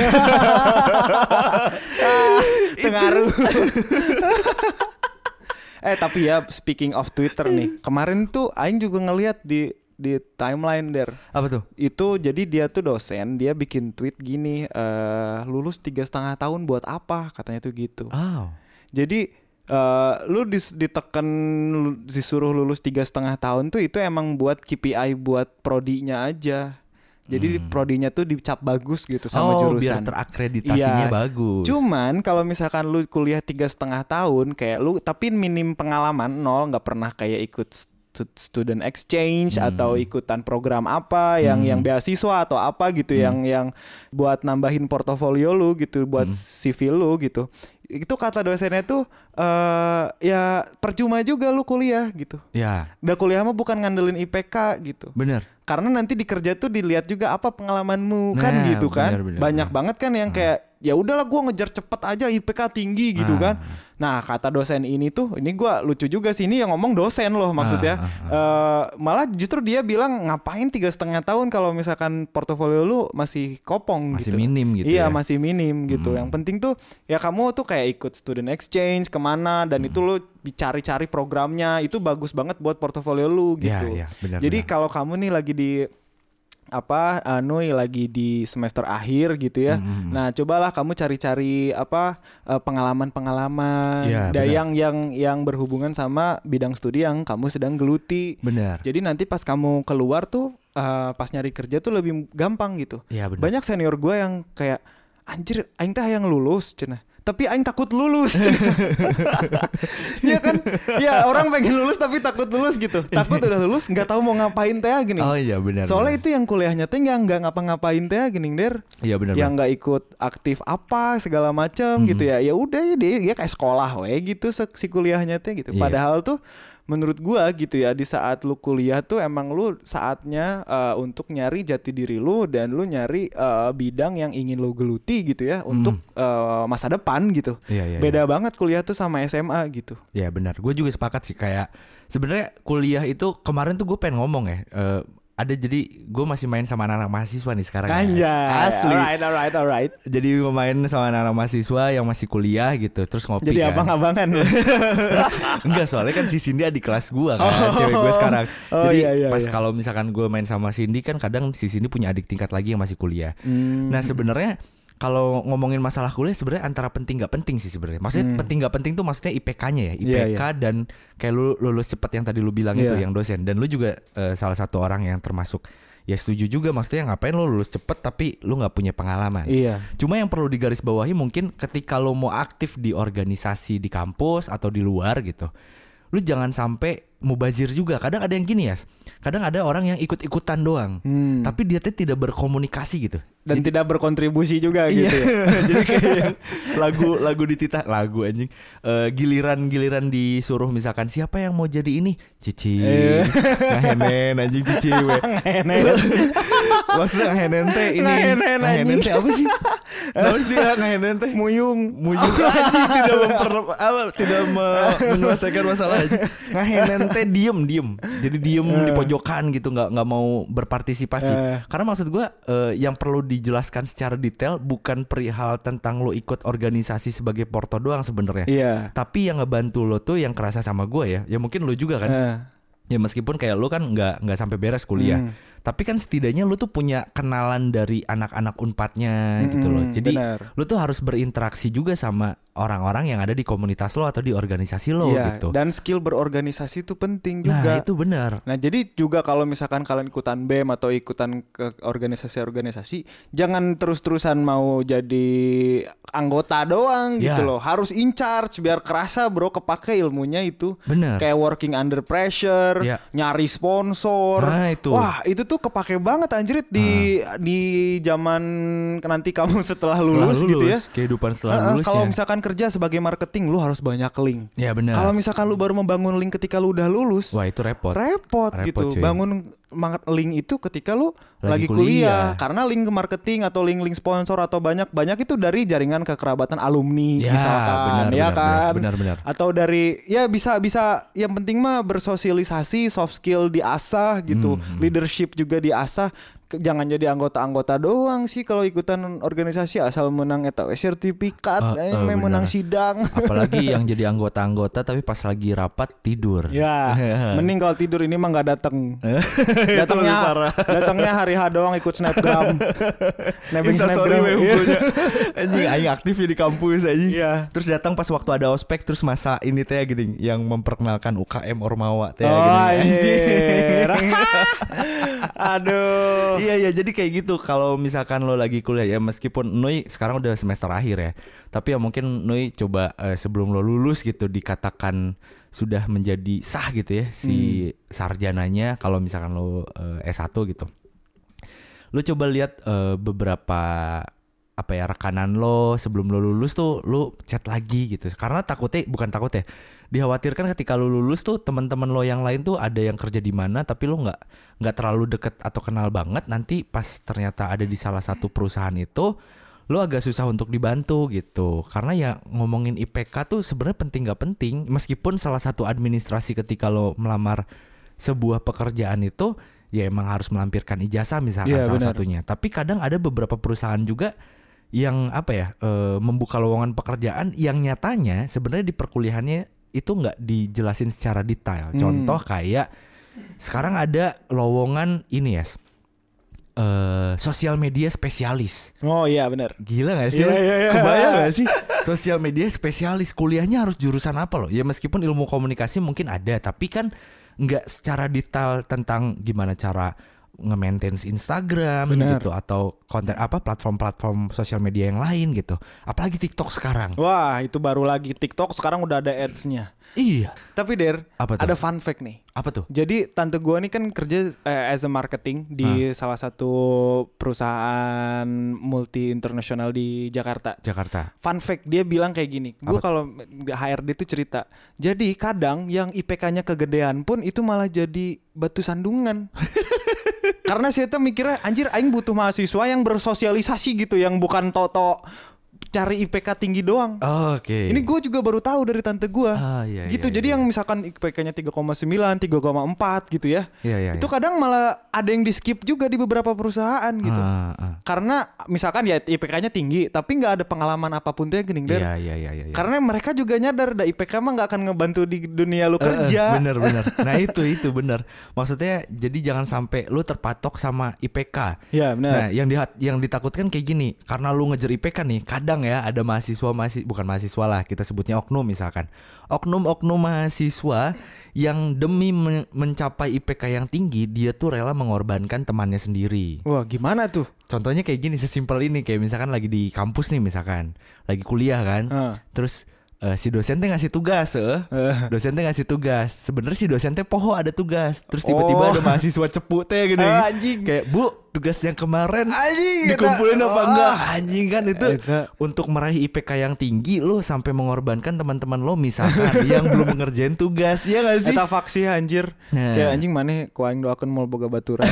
Speaker 3: pengaruh. Eh tapi ya speaking of Twitter nih, kemarin tuh Aing juga ngelihat di di timeline der.
Speaker 2: Apa tuh?
Speaker 3: Itu jadi dia tuh dosen, dia bikin tweet gini, uh, lulus tiga setengah tahun buat apa? Katanya tuh gitu.
Speaker 2: Oh.
Speaker 3: Jadi uh, lu dis, ditekan disuruh lulus tiga setengah tahun tuh itu emang buat K P I buat prodinya aja. Jadi hmm. prodinya tuh dicap bagus gitu sama
Speaker 2: oh,
Speaker 3: jurusan.
Speaker 2: Biar terakreditasinya
Speaker 3: iya.
Speaker 2: bagus.
Speaker 3: Cuman kalau misalkan lu kuliah tiga setengah tahun kayak lu tapi minim pengalaman nol, nggak pernah kayak ikut student exchange hmm. atau ikutan program apa yang hmm. yang beasiswa atau apa gitu hmm. yang yang buat nambahin portofolio lu gitu, buat hmm. C V lu gitu. Itu kata dosennya tuh uh, ya percuma juga lu kuliah gitu.
Speaker 2: Ya.
Speaker 3: Udah kuliah mah bukan ngandelin I P K gitu.
Speaker 2: Bener.
Speaker 3: Karena nanti di kerja tuh dilihat juga apa pengalamanmu, nah, kan gitu kan. Bener, bener, banyak bener. banget kan yang hmm. kayak ya udahlah gue ngejar cepet aja I P K tinggi gitu ah. kan. Nah kata dosen ini tuh, ini gue lucu juga sih, ini yang ngomong dosen loh maksudnya. Ah, ah, ah. Uh, malah justru dia bilang ngapain tiga setengah tahun kalau misalkan portofolio lu masih kopong
Speaker 2: masih
Speaker 3: gitu.
Speaker 2: Masih minim gitu
Speaker 3: iya,
Speaker 2: ya.
Speaker 3: Iya masih minim gitu. Hmm. Yang penting tuh ya kamu tuh kayak ikut student exchange kemana dan hmm. itu lu cari-cari programnya, itu bagus banget buat portofolio lu gitu.
Speaker 2: Ya, ya, benar,
Speaker 3: Jadi
Speaker 2: benar.
Speaker 3: kalau kamu nih lagi di apa anu lagi di semester akhir gitu ya. Mm-hmm. Nah, cobalah kamu cari-cari apa pengalaman-pengalaman
Speaker 2: ya,
Speaker 3: da- yang yang yang berhubungan sama bidang studi yang kamu sedang geluti.
Speaker 2: Benar.
Speaker 3: Jadi nanti pas kamu keluar tuh uh, pas nyari kerja tuh lebih gampang gitu.
Speaker 2: Ya,
Speaker 3: banyak senior gue yang kayak anjir aing teh yang lulus cenah. Tapi aing takut lulus. Iya kan? Ya orang pengen lulus tapi takut lulus gitu. Takut udah lulus nggak tahu mau ngapain teh gini.
Speaker 2: Oh iya benar.
Speaker 3: Soalnya
Speaker 2: benar.
Speaker 3: itu yang kuliahnya teh yang nggak ngapa-ngapain teh gini der.
Speaker 2: Iya benar.
Speaker 3: Yang nggak ikut aktif apa segala macam hmm. gitu ya. Ya udah ya dia, dia kayak sekolah we gitu si kuliahnya teh gitu. Yeah. Padahal tuh menurut gua gitu ya, di saat lu kuliah tuh emang lu saatnya uh, untuk nyari jati diri lu dan lu nyari uh, bidang yang ingin lu geluti gitu ya, hmm. untuk uh, masa depan gitu.
Speaker 2: Iya, iya,
Speaker 3: Beda
Speaker 2: iya.
Speaker 3: banget kuliah tuh sama S M A gitu.
Speaker 2: Iya benar. Gue juga sepakat sih, kayak sebenarnya kuliah itu kemarin tuh gue pengen ngomong ya. Uh, ada jadi gue masih main sama anak-anak mahasiswa nih sekarang.
Speaker 3: Anjay,
Speaker 2: asli.
Speaker 3: Alright, alright, alright.
Speaker 2: Jadi main sama anak-anak mahasiswa yang masih kuliah gitu, terus ngopi.
Speaker 3: Jadi
Speaker 2: kan.
Speaker 3: abang-abangan.
Speaker 2: Enggak, soalnya kan si Cindy adik kelas gue kan, oh, cewek gue sekarang.
Speaker 3: Oh,
Speaker 2: jadi
Speaker 3: iya, iya,
Speaker 2: pas
Speaker 3: iya.
Speaker 2: kalau misalkan gue main sama Cindy kan kadang si Cindy punya adik tingkat lagi yang masih kuliah.
Speaker 3: Hmm.
Speaker 2: Nah sebenarnya kalau ngomongin masalah kuliah sebenarnya antara penting nggak penting sih sebenarnya. Maksudnya hmm. penting nggak penting tuh maksudnya I P K-nya ya, I P K yeah, yeah. dan kayak lu lulus cepat yang tadi lu bilang yeah. itu yang dosen. Dan lu juga uh, salah satu orang yang termasuk ya setuju juga, maksudnya ngapain lu lulus cepet tapi lu nggak punya pengalaman.
Speaker 3: Iya.
Speaker 2: Cuma yang perlu digarisbawahi mungkin ketika lu mau aktif di organisasi di kampus atau di luar gitu, lu jangan sampai mubazir juga. Kadang ada yang gini ya, kadang ada orang yang ikut-ikutan doang, hmm. tapi dia tuh tidak berkomunikasi gitu.
Speaker 3: Dan
Speaker 2: jadi,
Speaker 3: tidak berkontribusi juga
Speaker 2: iya.
Speaker 3: gitu ya.
Speaker 2: Jadi kayak lagu lagu dititah lagu anjing uh, giliran-giliran disuruh misalkan siapa yang mau jadi ini cici ngahenen anjing cici we maksudnya ngahenen teh ini ngahenen teh apa sih apa sih ngahenen teh
Speaker 3: muyung
Speaker 2: muyung anjing tidak memper apa tidak menyelesaikan masalah anjing ngahenen teh diem diem jadi diem uh. di pojokan gitu, nggak nggak mau berpartisipasi uh. karena maksud gue uh, yang perlu dijelaskan secara detail bukan perihal tentang lo ikut organisasi sebagai porto doang sebenarnya.
Speaker 3: Iya.
Speaker 2: Tapi yang ngebantu lo tuh yang kerasa sama gue ya, ya mungkin lo juga kan. Uh. Ya meskipun kayak lo kan nggak nggak sampai beres kuliah, hmm. tapi kan setidaknya lo tuh punya kenalan dari anak-anak unpadnya hmm, gitu loh. Jadi bener. Lo tuh harus berinteraksi juga sama orang-orang yang ada di komunitas lo atau di organisasi lo
Speaker 3: iya,
Speaker 2: gitu.
Speaker 3: Dan skill berorganisasi itu penting juga.
Speaker 2: Nah itu benar.
Speaker 3: Nah jadi juga kalau misalkan kalian ikutan B E M atau ikutan ke organisasi-organisasi, jangan terus-terusan mau jadi anggota doang gitu ya. Loh. Harus in charge biar kerasa bro, kepake ilmunya itu.
Speaker 2: Benar.
Speaker 3: Kayak working under pressure, ya. Nyari sponsor.
Speaker 2: Nah itu.
Speaker 3: Wah itu tuh kepake banget anjrit di nah. di zaman nanti kamu setelah lulus, setelah lulus gitu ya.
Speaker 2: Kehidupan setelah
Speaker 3: uh,
Speaker 2: lulus
Speaker 3: kalau
Speaker 2: ya.
Speaker 3: misalkan kerja sebagai marketing, lu harus banyak link.
Speaker 2: Ya benar.
Speaker 3: Kalau misalkan lu baru membangun link ketika lu udah lulus,
Speaker 2: wah itu repot.
Speaker 3: Repot, repot gitu. Cuy. Bangun link itu ketika lu lagi, lagi kuliah. kuliah. Karena link marketing atau link-link sponsor atau banyak-banyak itu dari jaringan kekerabatan alumni
Speaker 2: ya,
Speaker 3: misalkan,
Speaker 2: benar,
Speaker 3: ya
Speaker 2: benar,
Speaker 3: kan?
Speaker 2: Benar, benar.
Speaker 3: Atau dari ya bisa bisa yang penting mah bersosialisasi, soft skill diasah gitu, hmm. leadership juga diasah. Jangan jadi anggota-anggota doang sih kalau ikutan organisasi asal menang eta sertifikat, uh, uh, eh, menang sidang.
Speaker 2: Apalagi yang jadi anggota-anggota tapi pas lagi rapat tidur.
Speaker 3: Ya, mending kalau tidur ini mah nggak datang. Datangnya datangnya hari H doang ikut snapgram. Nebeng snapgram.
Speaker 2: Anjing aing aktif ya di kampus anjing.
Speaker 3: Iya.
Speaker 2: Terus datang pas waktu ada ospek terus masa ini teh gini yang memperkenalkan U K M Ormawa teh
Speaker 3: oh,
Speaker 2: gini. Anjing.
Speaker 3: Aduh.
Speaker 2: Iya iya, jadi kayak gitu. Kalau misalkan lo lagi kuliah ya, meskipun Nui sekarang udah semester akhir ya, tapi ya mungkin Nui coba uh, sebelum lo lulus gitu dikatakan sudah menjadi sah gitu ya si hmm. sarjananya. Kalau misalkan lo uh, S satu gitu, lo coba lihat uh, beberapa apa ya rekanan lo sebelum lo lulus tuh lo chat lagi gitu, karena takutnya bukan takut ya dikhawatirkan ketika lo lulus tuh teman-teman lo yang lain tuh ada yang kerja di mana tapi lo nggak nggak terlalu deket atau kenal banget, nanti pas ternyata ada di salah satu perusahaan itu lo agak susah untuk dibantu gitu. Karena ya ngomongin I P K tuh sebenarnya penting nggak penting, meskipun salah satu administrasi ketika lo melamar sebuah pekerjaan itu ya emang harus melampirkan ijazah misalkan yeah, salah benar. satunya. Tapi kadang ada beberapa perusahaan juga yang apa ya e, membuka lowongan pekerjaan yang nyatanya sebenarnya di perkuliahannya itu nggak dijelasin secara detail. Contoh hmm. kayak sekarang ada lowongan ini ya, e, sosial media spesialis.
Speaker 3: Oh iya benar.
Speaker 2: Gila nggak sih? Yeah, yeah, yeah. Kebayang nggak sih? Sosial media spesialis, kuliahnya harus jurusan apa loh? Ya meskipun ilmu komunikasi mungkin ada, tapi kan nggak secara detail tentang gimana cara nge-maintain Instagram Bener. gitu atau konten apa platform-platform sosial media yang lain gitu. Apalagi TikTok sekarang.
Speaker 3: Wah, itu baru lagi TikTok sekarang udah ada ads-nya.
Speaker 2: Iya.
Speaker 3: Tapi Der, ada fun fact nih.
Speaker 2: Apa tuh?
Speaker 3: Jadi tante gua nih kan kerja eh, as a marketing di hmm. salah satu perusahaan multi internasional di Jakarta.
Speaker 2: Jakarta.
Speaker 3: Fun fact, dia bilang kayak gini. Gua kalau H R D tuh cerita. Jadi kadang yang I P K-nya kegedean pun itu malah jadi batu sandungan. Karena saya tuh mikirnya anjir aing butuh mahasiswa yang bersosialisasi gitu, yang bukan toto cari I P K tinggi doang.
Speaker 2: Oh, oke. Okay.
Speaker 3: Ini gue juga baru tahu dari tante gue.
Speaker 2: Ah, iya,
Speaker 3: gitu.
Speaker 2: Iya,
Speaker 3: Jadi
Speaker 2: iya.
Speaker 3: yang misalkan I P K-nya tiga koma sembilan, tiga koma empat gitu ya.
Speaker 2: Iya, iya,
Speaker 3: itu
Speaker 2: iya.
Speaker 3: kadang malah ada yang di skip juga di beberapa perusahaan gitu.
Speaker 2: Ah, ah.
Speaker 3: Karena misalkan ya I P K-nya tinggi tapi nggak ada pengalaman apapun tuh ya gening Der.
Speaker 2: Iya, iya, iya, iya.
Speaker 3: Karena mereka juga nyadar da I P K mah nggak akan ngebantu di dunia lu kerja.
Speaker 2: Uh, uh, bener bener. Nah itu itu bener. Maksudnya jadi jangan sampai lu terpatok sama I P K.
Speaker 3: Iya benar.
Speaker 2: Nah yang di yang ditakutkan kayak gini, karena lu ngejar I P K nih, kadang ya ada mahasiswa mahasiswa bukan mahasiswa lah, kita sebutnya oknum misalkan. Oknum-oknum mahasiswa yang demi men- mencapai I P K yang tinggi, dia tuh rela mengorbankan temannya sendiri.
Speaker 3: Wah, gimana tuh?
Speaker 2: Contohnya kayak gini, sesimpel ini, kayak misalkan lagi di kampus nih misalkan, lagi kuliah kan. Uh. Terus Uh, si dosen teh ngasih tugas, uh. uh. dosen teh ngasih tugas. Sebenarnya si dosen teh poho ada tugas. Terus tiba-tiba oh. ada mahasiswa cepu teh gini. Uh,
Speaker 3: anjing.
Speaker 2: Kayak, "Bu, tugas yang kemarin
Speaker 3: anjing,
Speaker 2: dikumpulin
Speaker 3: eta.
Speaker 2: apa enggak?" Anjing kan itu.
Speaker 3: Eta.
Speaker 2: Untuk meraih I P K yang tinggi lo sampai mengorbankan teman-teman lo misalkan yang belum mengerjain tugas, ya enggak sih?
Speaker 3: Eta faksi anjir. Nah. Kayak anjing maneh ku aing doakeun moal boga baturan.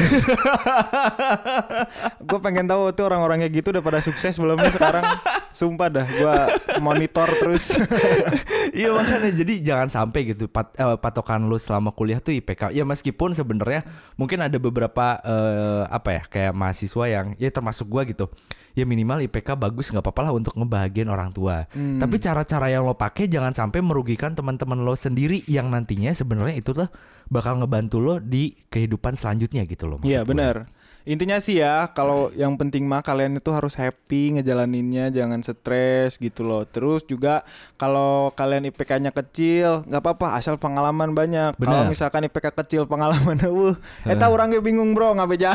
Speaker 3: Gue pengen tahu tuh orang-orang kayak gitu udah pada sukses belum nih sekarang. Sumpah dah, gue monitor terus.
Speaker 2: Iya makanya jadi jangan sampai gitu pat, eh, patokan lu selama kuliah tuh I P K. Ya meskipun sebenarnya mungkin ada beberapa eh, apa ya kayak mahasiswa yang ya termasuk gua gitu. Ya minimal I P K bagus nggak apa-apa lah untuk ngebahagiain orang tua. Hmm. Tapi cara-cara yang lo pakai jangan sampai merugikan teman-teman lo sendiri yang nantinya sebenarnya itu tuh bakal ngebantu lo di kehidupan selanjutnya gitu loh.
Speaker 3: Iya benar. Intinya sih ya, kalau yang penting mah kalian itu harus happy ngejalaninnya, jangan stres gitu loh. Terus juga kalau kalian I P K-nya kecil, nggak apa-apa asal pengalaman banyak. Kalau misalkan I P K kecil pengalaman, wuh, eta urang ge bingung bro ngabejaan.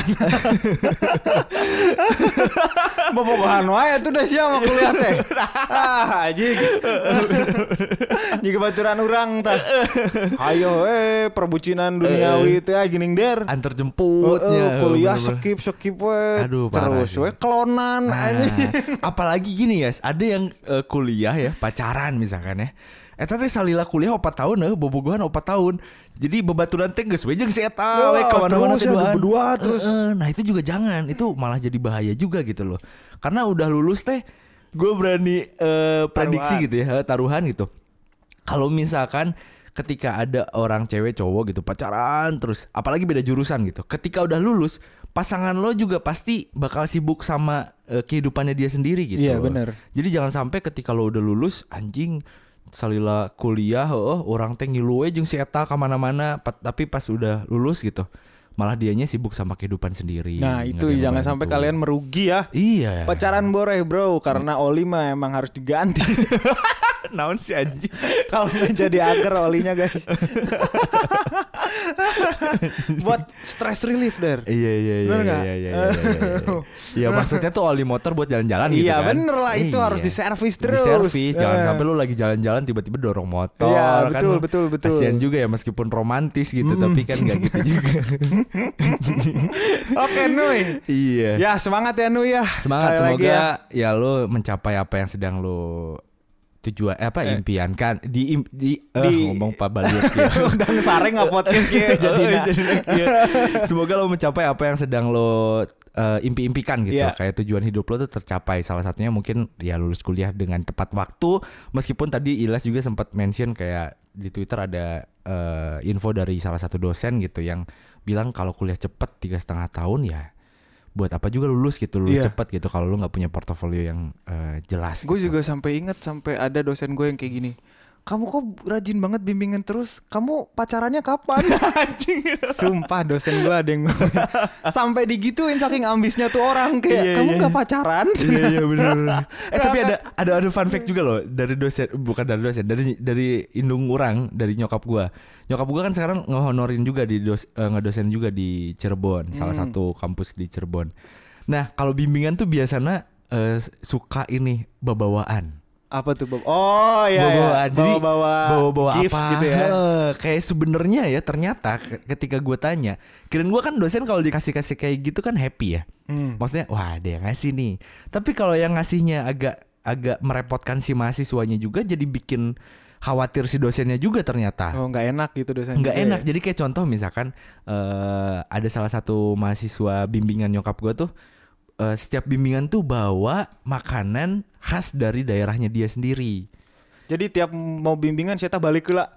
Speaker 3: Bobogohan wae tuh dah sia mah kuliah teh. Ah, anjing. Jiga baturan urang tah. Ayo eh perbucinan duniawi teh geuning Der.
Speaker 2: Antar jemputnya.
Speaker 3: Uh, uh, kuliah skip skip we.
Speaker 2: Aduh,
Speaker 3: terus we klonan
Speaker 2: nah,
Speaker 3: anjing.
Speaker 2: Apalagi gini ya, ada yang uh, kuliah ya, pacaran misalkan ya. Eta teh salila kuliah opat tahun eueuh, bobogohan opat tahun. Jadi bebaturan teh geus we jeung si eta we ka mana-mana teh
Speaker 3: berdua terus.
Speaker 2: Uh, uh, nah itu juga jangan, itu malah jadi bahaya juga gitu loh. Karena udah lulus teh gue berani uh, prediksi taruhan. gitu ya, taruhan gitu. Kalau misalkan ketika ada orang cewek cowok gitu pacaran terus, apalagi beda jurusan gitu, ketika udah lulus pasangan lo juga pasti bakal sibuk sama uh, kehidupannya dia sendiri gitu.
Speaker 3: Iya benar.
Speaker 2: Jadi jangan sampai ketika lo udah lulus anjing salila kuliah, oh orang teh ngilu we jeung si eta ka mana-mana, tapi pas udah lulus gitu malah dianya sibuk sama kehidupan sendiri.
Speaker 3: Nah itu jangan bantu. Sampai kalian merugi ya.
Speaker 2: Iya.
Speaker 3: Pacaran boleh bro, karena oli mah emang harus diganti.
Speaker 2: Naon sih anjing.
Speaker 3: Kalau nggak jadi agar olinya guys. Buat stress relief der.
Speaker 2: Iya iya iya iya iya iya. Ya maksudnya tuh oli motor buat jalan-jalan gitu
Speaker 3: iya,
Speaker 2: kan.
Speaker 3: Iya bener lah itu
Speaker 2: iya.
Speaker 3: harus diservis terus.
Speaker 2: Diservis, jangan
Speaker 3: eh.
Speaker 2: sampai lu lagi jalan-jalan tiba-tiba dorong motor.
Speaker 3: Iya
Speaker 2: kan.
Speaker 3: betul betul betul.
Speaker 2: Kasian juga ya meskipun romantis gitu mm. tapi kan nggak gitu juga.
Speaker 3: Oke Nuy.
Speaker 2: Iya.
Speaker 3: Ya semangat ya Nuy ya.
Speaker 2: Semangat
Speaker 3: sekali
Speaker 2: semoga
Speaker 3: ya.
Speaker 2: ya lu mencapai apa yang sedang lu tujuan eh, apa eh. impian kan di di, uh, di ngomong Pak Baliut ya.
Speaker 3: Udah ngesareng nggak podcast ya jadinya.
Speaker 2: Semoga lo mencapai apa yang sedang lo uh, impi-impikan gitu. Yeah. Kayak tujuan hidup lo tuh tercapai. Salah satunya mungkin ya lulus kuliah dengan tepat waktu. Meskipun tadi Ilyas juga sempat mention kayak di Twitter ada uh, info dari salah satu dosen gitu yang bilang kalau kuliah cepet tiga setengah tahun ya buat apa juga lulus gitu, lulus yeah. cepet gitu kalau lu nggak punya portofolio yang uh, jelas.
Speaker 3: Gue
Speaker 2: gitu.
Speaker 3: juga sampai inget sampai ada dosen gue yang kayak gini. Kamu kok rajin banget bimbingan terus? Kamu pacarannya kapan? Anjing. Sumpah dosen gue ada yang sampai digituin saking ambisnya tuh orang kayak iya, kamu iya. gak pacaran?
Speaker 2: Iya iya benar. eh tapi ada ada ada fun fact juga loh dari dosen, bukan dari dosen, dari dari indung orang, dari nyokap gue. Nyokap gue kan sekarang ngehonorin juga di dos, uh, ngedosen juga di Cirebon, hmm. salah satu kampus di Cirebon. Nah kalau bimbingan tuh biasanya uh, suka ini babawaan.
Speaker 3: Apa tuh Bob? Oh iya,
Speaker 2: bawa,
Speaker 3: iya.
Speaker 2: Jadi
Speaker 3: bawa
Speaker 2: bawa
Speaker 3: gift
Speaker 2: apa
Speaker 3: gitu ya.
Speaker 2: Uh, kayak sebenarnya ya ternyata ketika gue tanya, kirain gue kan dosen kalau dikasih-kasih kayak gitu kan happy ya. Hmm. Maksudnya wah ada yang ngasih nih. Tapi kalau yang ngasihnya agak agak merepotkan si mahasiswanya juga, jadi bikin khawatir si dosennya juga ternyata.
Speaker 3: Oh nggak enak gitu dosennya.
Speaker 2: Nggak enak. Ya? Jadi kayak contoh misalkan uh, ada salah satu mahasiswa bimbingan nyokap gue tuh. Uh, setiap bimbingan tuh bawa makanan khas dari daerahnya dia sendiri.
Speaker 3: Jadi tiap mau bimbingan saya balik ke lah.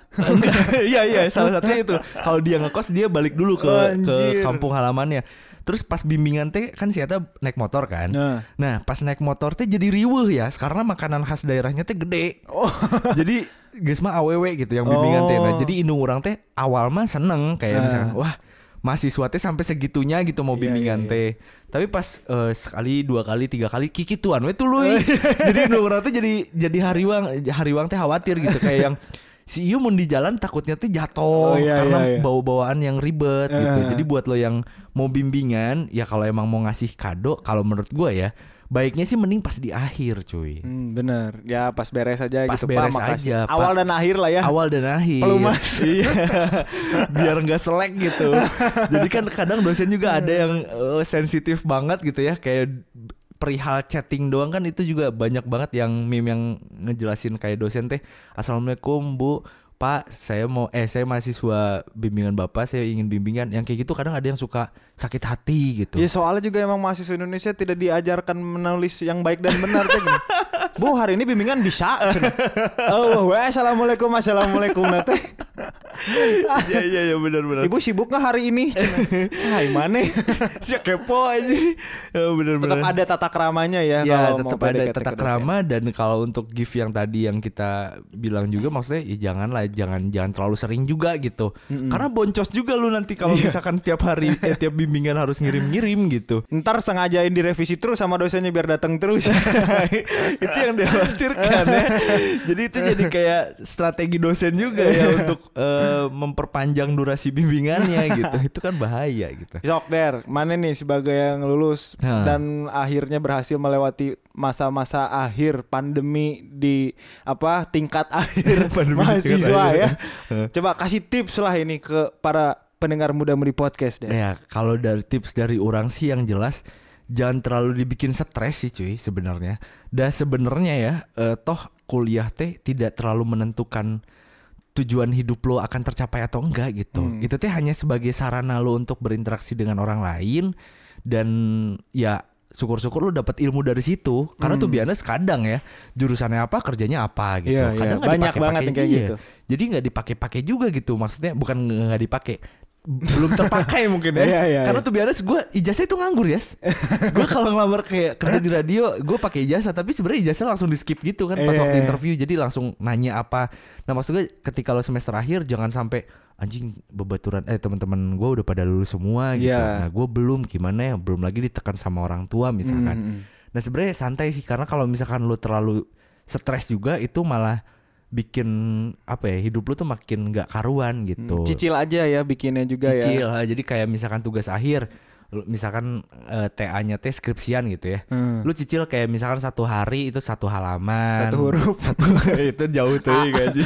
Speaker 2: Iya iya salah satunya itu. Kalau dia ngekos dia balik dulu ke oh, ke kampung halamannya. Terus pas bimbingan teh kan si Eta naik motor kan. Nah. nah pas naik motor teh jadi riweuh ya karena makanan khas daerahnya teh gede. Oh. Jadi geus mah awewe gitu yang bimbingan oh. teh. Nah jadi indung urang teh awal mah seneng kayak nah. misalkan wah mahasiswa teh sampai segitunya gitu mau bimbingan yeah, yeah, yeah. teh. Tapi pas uh, sekali, dua kali, tiga kali kikituan we tuluy. Jadi orang teh jadi jadi hariwang, hariwang teh khawatir gitu kayak yang si ieu mun di jalan takutnya teh jatuh oh, iya, karena iya, iya. bawa-bawaan yang ribet uh. gitu. Jadi buat lo yang mau bimbingan ya kalau emang mau ngasih kado, kalau menurut gua ya baiknya sih mending pas di akhir cuy.
Speaker 3: Hmm, bener. Ya pas beres aja
Speaker 2: pas
Speaker 3: gitu.
Speaker 2: Pas beres
Speaker 3: Pak,
Speaker 2: aja.
Speaker 3: Awal dan akhir lah ya.
Speaker 2: Awal dan akhir.
Speaker 3: Pelumas.
Speaker 2: Iya. Biar gak selek gitu. Jadi kan kadang dosen juga ada yang uh, sensitif banget gitu ya. Kayak perihal chatting doang kan itu juga banyak banget yang meme yang ngejelasin kayak dosen teh. Assalamualaikum Bu. Pak, saya mau eh saya mahasiswa bimbingan Bapak, saya ingin bimbingan. Yang kayak gitu kadang ada yang suka sakit hati gitu.
Speaker 3: Iya, soalnya juga emang mahasiswa Indonesia tidak diajarkan menulis yang baik dan benar tuh. Bu, hari ini bimbingan bisa. Oh, wah, assalamualaikum, assalamualaikum nate.
Speaker 2: Iya iya iya benar benar.
Speaker 3: Ibu sibuk nggak hari ini? Hai mana?
Speaker 2: Siap kepo aja. Oh, benar benar.
Speaker 3: Tetap ada tata keramanya ya.
Speaker 2: Ya tetap ada tata kerama dan kalau untuk gift yang tadi yang kita bilang juga maksudnya ya janganlah jangan jangan terlalu sering juga gitu. Mm-mm. Karena boncos juga lu nanti kalau yeah. misalkan tiap hari eh, tiap bimbingan harus ngirim-ngirim gitu.
Speaker 3: Ntar sengajain direvisi terus sama dosennya biar datang terus.
Speaker 2: Itu yang dikhawatirkan ya. Jadi itu jadi kayak strategi dosen juga ya untuk uh, memperpanjang durasi bimbingannya gitu. Itu kan bahaya gitu.
Speaker 3: Sok Der, mana nih sebagai yang lulus ha. dan akhirnya berhasil melewati masa-masa akhir pandemi di apa tingkat akhir mahasiswa ya. Coba kasih tips lah ini ke para pendengar Muda Mudi Podcast deh.
Speaker 2: Ya, kalau dari tips dari orang sih yang jelas jangan terlalu dibikin stres sih cuy sebenarnya. Dan sebenarnya ya eh, toh kuliah teh tidak terlalu menentukan tujuan hidup lo akan tercapai atau enggak gitu. Hmm. Itu teh hanya sebagai sarana lo untuk berinteraksi dengan orang lain dan ya syukur-syukur lu dapat ilmu dari situ. Karena hmm. tuh biasanya kadang ya jurusannya apa kerjanya apa gitu.
Speaker 3: Yeah,
Speaker 2: kadang
Speaker 3: yeah. Banyak banget yang kayak
Speaker 2: iya.
Speaker 3: gitu.
Speaker 2: Jadi nggak dipakai-pakai juga gitu. Maksudnya bukan nggak dipakai, belum terpakai mungkin ya. Yeah, yeah, Karena yeah. tuh biasanya gue ijazah itu nganggur ya. Yes. Gue kalau ngelamar kayak kerja di radio gue pakai ijazah, tapi sebenarnya ijazah langsung di skip gitu kan pas yeah, waktu interview. Jadi langsung nanya apa. Nah maksud gue ketika lo semester akhir jangan sampai anjing bebaturan eh teman-teman gue udah pada lulus semua gitu. Yeah. Nah gue belum gimana ya, belum lagi ditekan sama orang tua misalkan. Mm. Nah sebenarnya santai sih karena kalau misalkan lo terlalu stres juga itu malah bikin apa ya, hidup lu tuh makin gak karuan gitu.
Speaker 3: Cicil aja ya bikinnya juga
Speaker 2: Cicil,
Speaker 3: ya.
Speaker 2: Cicil, jadi kayak misalkan tugas akhir, misalkan uh, T A-nya teh skripsian gitu ya. Hmm. Lu cicil kayak misalkan satu hari itu satu halaman.
Speaker 3: Satu huruf.
Speaker 2: Satu itu jauh tuh gaji.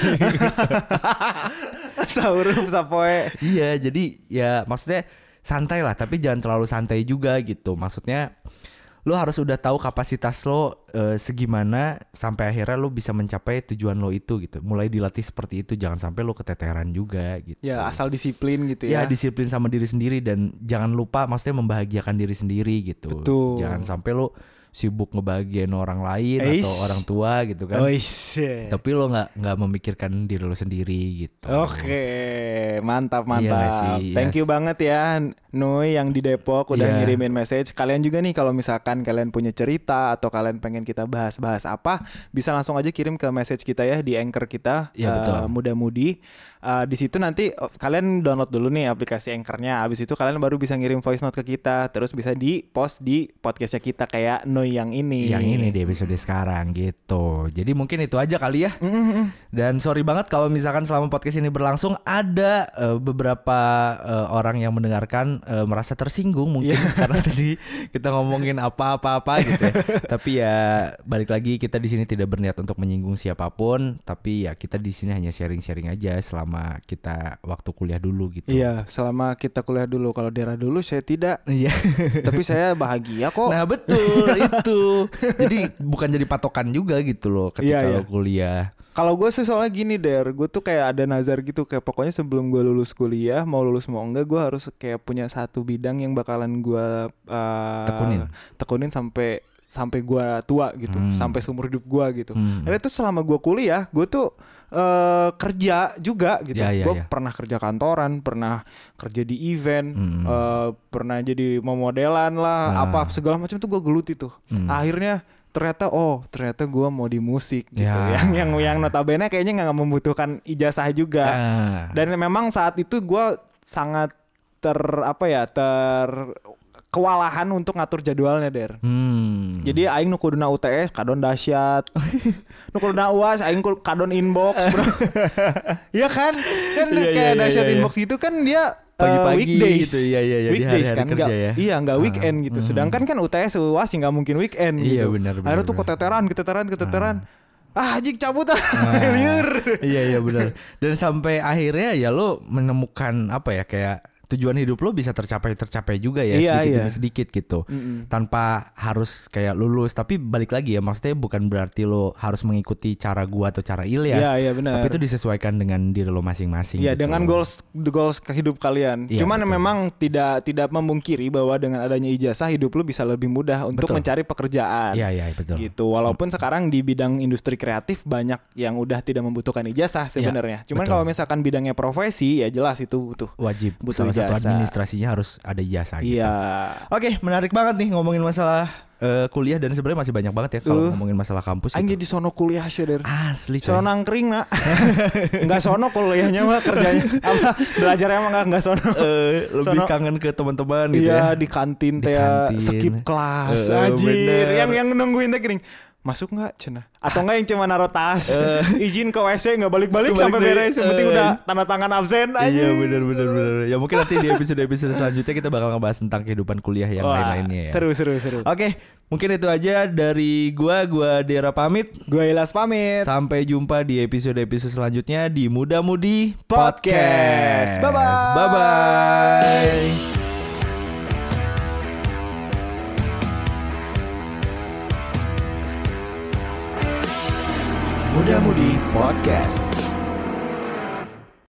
Speaker 3: Satu huruf sapoe.
Speaker 2: Iya, jadi ya maksudnya santai lah, tapi jangan terlalu santai juga gitu. Maksudnya lo harus udah tahu kapasitas lo e, segimana sampai akhirnya lo bisa mencapai tujuan lo itu gitu. Mulai dilatih seperti itu, jangan sampai lo keteteran juga gitu.
Speaker 3: Ya asal disiplin gitu ya.
Speaker 2: Ya disiplin sama diri sendiri dan jangan lupa maksudnya membahagiakan diri sendiri gitu.
Speaker 3: Betul.
Speaker 2: Jangan sampai lo sibuk ngebahagiain orang lain
Speaker 3: Eish.
Speaker 2: atau orang tua gitu kan.
Speaker 3: Oh,
Speaker 2: tapi lo nggak nggak memikirkan diri lo sendiri gitu.
Speaker 3: Oke, mantap mantap.
Speaker 2: Iya sih,
Speaker 3: Thank
Speaker 2: yes.
Speaker 3: you banget ya Noi yang di Depok udah
Speaker 2: yeah.
Speaker 3: ngirimin message. Kalian juga nih kalau misalkan kalian punya cerita atau kalian pengen kita bahas-bahas apa, bisa langsung aja kirim ke message kita ya di Anchor kita.
Speaker 2: Iya,
Speaker 3: uh, mudah-mudi. Uh, di situ nanti oh, kalian download dulu nih aplikasi Anchor-nya. Abis itu kalian baru bisa ngirim voice note ke kita. Terus bisa di post di podcastnya kita kayak Noi yang ini.
Speaker 2: Yang ini di episode sekarang gitu. Jadi mungkin itu aja kali ya. Mm-hmm. Dan sorry banget kalau misalkan selama podcast ini berlangsung ada uh, beberapa uh, orang yang mendengarkan uh, merasa tersinggung mungkin yeah. karena tadi kita ngomongin apa-apa-apa gitu ya. Tapi ya balik lagi kita di sini tidak berniat untuk menyinggung siapapun. Tapi ya kita di sini hanya sharing-sharing aja selama kita waktu kuliah dulu gitu.
Speaker 3: Iya, selama kita kuliah dulu. Kalau daerah dulu saya tidak.
Speaker 2: Iya.
Speaker 3: Tapi saya bahagia kok.
Speaker 2: Nah betul itu. Jadi bukan jadi patokan juga gitu loh ketika iya, lo iya. kuliah.
Speaker 3: Kalau gue sih soalnya gini Der, gue tuh kayak ada nazar gitu. Kayak pokoknya sebelum gue lulus kuliah, mau lulus mau enggak, gue harus kayak punya satu bidang yang bakalan gue uh,
Speaker 2: tekunin
Speaker 3: Tekunin sampai sampai gue tua gitu, hmm. sampai seumur hidup gue gitu.
Speaker 2: Hmm.
Speaker 3: Karena itu selama gue kuliah, gue tuh uh, kerja juga gitu.
Speaker 2: Ya, ya,
Speaker 3: gue
Speaker 2: ya.
Speaker 3: pernah kerja kantoran, pernah kerja di event, hmm. uh, pernah jadi memodelan lah, nah. apa segala macam tuh gue geluti tuh. Hmm. Akhirnya ternyata oh ternyata gue mau di musik gitu.
Speaker 2: Ya.
Speaker 3: Yang yang yang notabene kayaknya nggak membutuhkan ijazah juga. Ah. Dan memang saat itu gue sangat ter apa ya ter kewalahan untuk ngatur jadwalnya Der. Hmm. Jadi aing nu kuduna U T S kadon dahsyat. Nu kuduna U A S aing kadon inbox, Bro. Iya kan? Kan
Speaker 2: yeah,
Speaker 3: kayak
Speaker 2: yeah,
Speaker 3: dahsyat
Speaker 2: yeah,
Speaker 3: inbox gitu kan dia
Speaker 2: pagi-pagi
Speaker 3: uh, weekdays
Speaker 2: gitu. Iya iya iya
Speaker 3: weekdays
Speaker 2: di hari-hari
Speaker 3: kan
Speaker 2: kerja
Speaker 3: enggak,
Speaker 2: ya.
Speaker 3: Iya, enggak weekend
Speaker 2: ah.
Speaker 3: gitu.
Speaker 2: Hmm.
Speaker 3: Sedangkan kan U T S U A S enggak mungkin weekend
Speaker 2: iya,
Speaker 3: gitu.
Speaker 2: Benar, benar,
Speaker 3: akhirnya tuh
Speaker 2: benar.
Speaker 3: keteteran, keteteran, keteteran. Ah, anjing cabut ah.
Speaker 2: Nah, iya iya benar. Dan sampai akhirnya ya lo menemukan apa ya kayak tujuan hidup lo bisa tercapai tercapai juga ya
Speaker 3: iya,
Speaker 2: sedikit
Speaker 3: iya.
Speaker 2: demi sedikit gitu.
Speaker 3: Mm-mm.
Speaker 2: Tanpa harus kayak lulus, tapi balik lagi ya maksudnya bukan berarti lo harus mengikuti cara gua atau cara Ilyas.
Speaker 3: Iya, iya, benar.
Speaker 2: Tapi itu disesuaikan dengan diri lo masing-masing.
Speaker 3: Iya,
Speaker 2: gitu.
Speaker 3: dengan goals goals ke hidup kalian.
Speaker 2: Iya,
Speaker 3: Cuman
Speaker 2: betul.
Speaker 3: memang tidak tidak memungkiri bahwa dengan adanya ijazah hidup lo bisa lebih mudah untuk
Speaker 2: betul.
Speaker 3: mencari pekerjaan.
Speaker 2: Iya, iya, betul.
Speaker 3: Gitu. Walaupun hmm. sekarang di bidang industri kreatif banyak yang udah tidak membutuhkan ijazah sebenarnya. Ya, cuman kalau misalkan bidangnya profesi ya jelas itu butuh
Speaker 2: wajib
Speaker 3: butuh
Speaker 2: salah
Speaker 3: ijazah.
Speaker 2: Satu administrasinya harus ada ijazah gitu.
Speaker 3: Iya.
Speaker 2: Oke, menarik banget nih ngomongin masalah uh, kuliah dan sebenarnya masih banyak banget ya kalau uh, ngomongin masalah kampus.
Speaker 3: Anjir
Speaker 2: gitu.
Speaker 3: di sono kuliah sih Der.
Speaker 2: Asli coy.
Speaker 3: Sono nangkring nak. Enggak sono kuliahnya mah kerjanya. Apa belajarnya emang enggak enggak sono.
Speaker 2: Uh, lebih sono, kangen ke teman-teman gitu
Speaker 3: iya,
Speaker 2: ya.
Speaker 3: Di kantin teh skip kelas.
Speaker 2: Uh,
Speaker 3: Anjir. Yang yang nungguin teh gini. Masuk nggak cina atau nggak yang cuma naruh tas uh, izin ke W C nggak balik-balik sampai beres yang penting uh, udah tanda tangan absen aja.
Speaker 2: Iya benar benar benar ya mungkin nanti di episode episode selanjutnya kita bakal ngebahas tentang kehidupan kuliah yang Wah, lain-lainnya ya.
Speaker 3: Seru seru seru.
Speaker 2: Oke mungkin itu aja dari gua gua Dera pamit,
Speaker 3: gua Ilyas pamit.
Speaker 2: Sampai jumpa di episode episode selanjutnya di Muda Mudi
Speaker 3: Podcast. Bye bye.
Speaker 2: Bye bye.
Speaker 3: Muda Mudi Podcast.